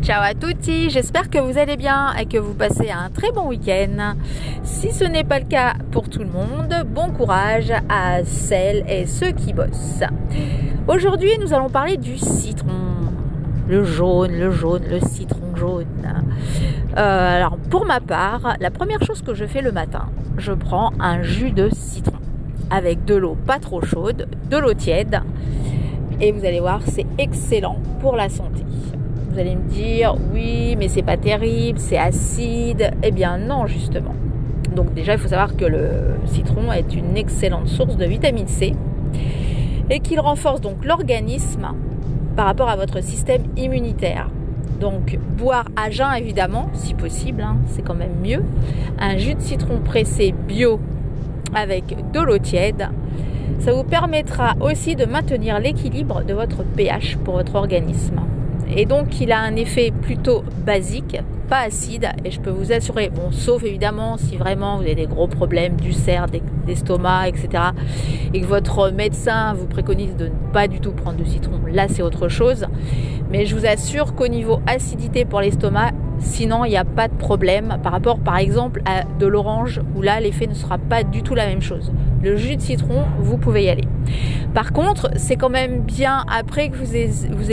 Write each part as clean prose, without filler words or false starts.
ciao à tutti, j'espère que vous allez bien et que vous passez un très bon week-end. Si ce n'est pas le cas pour tout le monde, bon courage à celles et ceux qui bossent. Aujourd'hui, nous allons parler du citron. Le citron jaune. Alors, pour ma part, la première chose que je fais le matin, je prends un jus de citron avec de l'eau pas trop chaude, de l'eau tiède. Et vous allez voir, c'est excellent pour la santé. Vous allez me dire, oui, mais c'est pas terrible, c'est acide. Eh bien non, justement. Donc déjà, il faut savoir que le citron est une excellente source de vitamine C et qu'il renforce donc l'organisme par rapport à votre système immunitaire. Donc boire à jeun évidemment, si possible, c'est quand même mieux. Un jus de citron pressé bio avec de l'eau tiède. Ça vous permettra aussi de maintenir l'équilibre de votre pH pour votre organisme. Et donc, il a un effet plutôt basique, pas acide. Et je peux vous assurer, bon, sauf évidemment si vraiment vous avez des gros problèmes d'ulcères, d'estomac, etc. Et que votre médecin vous préconise de ne pas du tout prendre de citron. Là, c'est autre chose. Mais je vous assure qu'au niveau acidité pour l'estomac, sinon, il n'y a pas de problème par rapport, par exemple, à de l'orange, où là, l'effet ne sera pas du tout la même chose. Le jus de citron, vous pouvez y aller. Par contre, c'est quand même bien, après que vous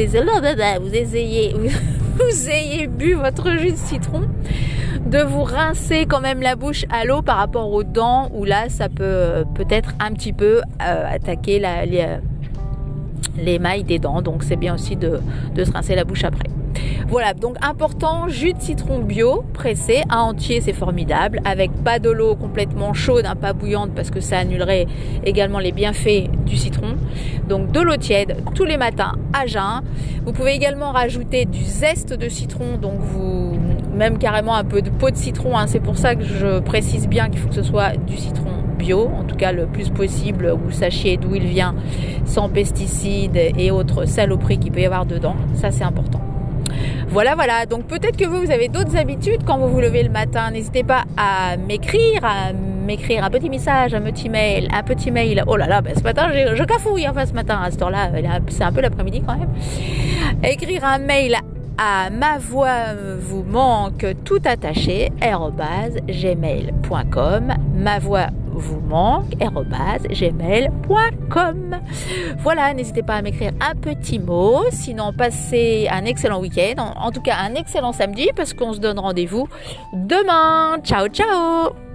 ayez bu votre jus de citron, de vous rincer quand même la bouche à l'eau par rapport aux dents, où là, ça peut peut-être un petit peu attaquer l'émail des dents. Donc, c'est bien aussi de se rincer la bouche après. Voilà, donc important, jus de citron bio, pressé, à entier, c'est formidable, avec pas de l'eau complètement chaude, pas bouillante, parce que ça annulerait également les bienfaits du citron. Donc de l'eau tiède tous les matins à jeun. Vous pouvez également rajouter du zeste de citron, donc même carrément un peu de peau de citron, c'est pour ça que je précise bien qu'il faut que ce soit du citron bio, en tout cas le plus possible, vous sachiez d'où il vient, sans pesticides et autres saloperies qu'il peut y avoir dedans, ça c'est important. Voilà, donc peut-être que vous avez d'autres habitudes quand vous vous levez le matin. N'hésitez pas à m'écrire un petit message, un petit mail. Oh là là, ce matin, je cafouille, ce matin, à cette heure-là, c'est un peu l'après-midi quand même. Écrire un mail à ma voix vous manque tout attaché @gmail.com. Ma voix vous manque @gmail.com. Voilà, n'hésitez pas à m'écrire un petit mot. Sinon, passez un excellent week-end. En tout cas, un excellent samedi, parce qu'on se donne rendez-vous demain. Ciao, ciao.